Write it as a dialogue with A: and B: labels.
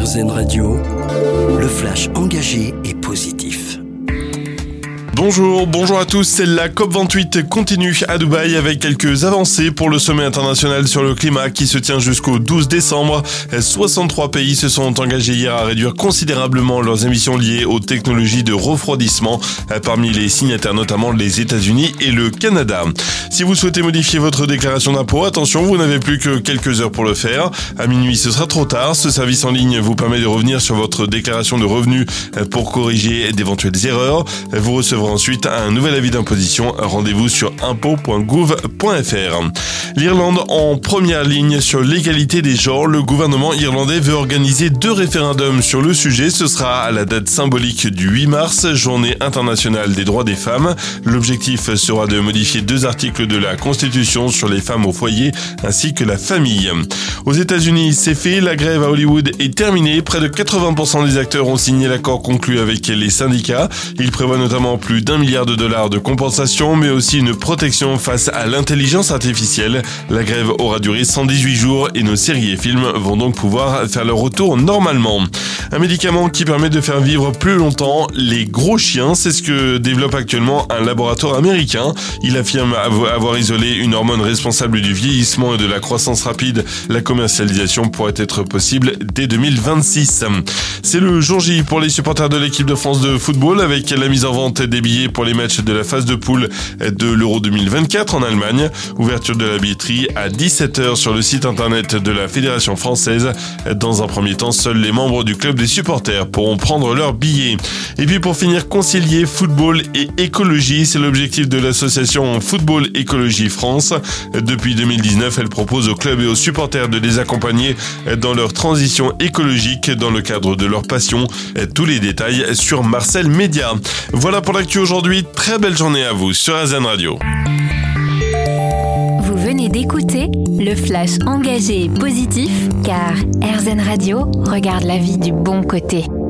A: RZN Radio, le flash engagé et positif.
B: Bonjour à tous, la COP28 continue à Dubaï avec quelques avancées pour le sommet international sur le climat qui se tient jusqu'au 12 décembre. 63 pays se sont engagés hier à réduire considérablement leurs émissions liées aux technologies de refroidissement. Parmi les signataires notamment les États-Unis et le Canada. Si vous souhaitez modifier votre déclaration d'impôt, attention, vous n'avez plus que quelques heures pour le faire. À minuit, ce sera trop tard. Ce service en ligne vous permet de revenir sur votre déclaration de revenus pour corriger d'éventuelles erreurs. Vous recevrez ensuite un nouvel avis d'imposition. Rendez-vous sur impôt.gouv.fr. L'Irlande en première ligne sur l'égalité des genres. Le gouvernement irlandais veut organiser 2 référendums sur le sujet. Ce sera à la date symbolique du 8 mars, journée internationale des droits des femmes. L'objectif sera de modifier 2 articles de la Constitution sur les femmes au foyer ainsi que la famille. Aux États-Unis, c'est fait. La grève à Hollywood est terminée. Près de 80% des acteurs ont signé l'accord conclu avec les syndicats. Il prévoit notamment plus d'$1 milliard de compensation, mais aussi une protection face à l'intelligence artificielle. La grève aura duré 118 jours et nos séries et films vont donc pouvoir faire leur retour normalement. Un médicament qui permet de faire vivre plus longtemps les gros chiens, c'est ce que développe actuellement un laboratoire américain. Il affirme avoir isolé une hormone responsable du vieillissement et de la croissance rapide. La commercialisation pourrait être possible dès 2026. C'est le jour J pour les supporters de l'équipe de France de football avec la mise en vente des billets pour les matchs de la phase de poule de l'Euro 2024 en Allemagne. Ouverture de la billetterie à 17h sur le site internet de la Fédération française. Dans un premier temps, seuls les membres du club des supporters pourront prendre leurs billets. Et puis pour finir, concilier football et écologie, c'est l'objectif de l'association Football Écologie France. Depuis 2019, elle propose aux clubs et aux supporters de les accompagner dans leur transition écologique dans le cadre de leur passion. Tous les détails sur Marcel Média. Voilà pour l'actu aujourd'hui. Très belle journée à vous sur RZN Radio.
C: Vous venez d'écouter le flash engagé et positif car RZN Radio regarde la vie du bon côté.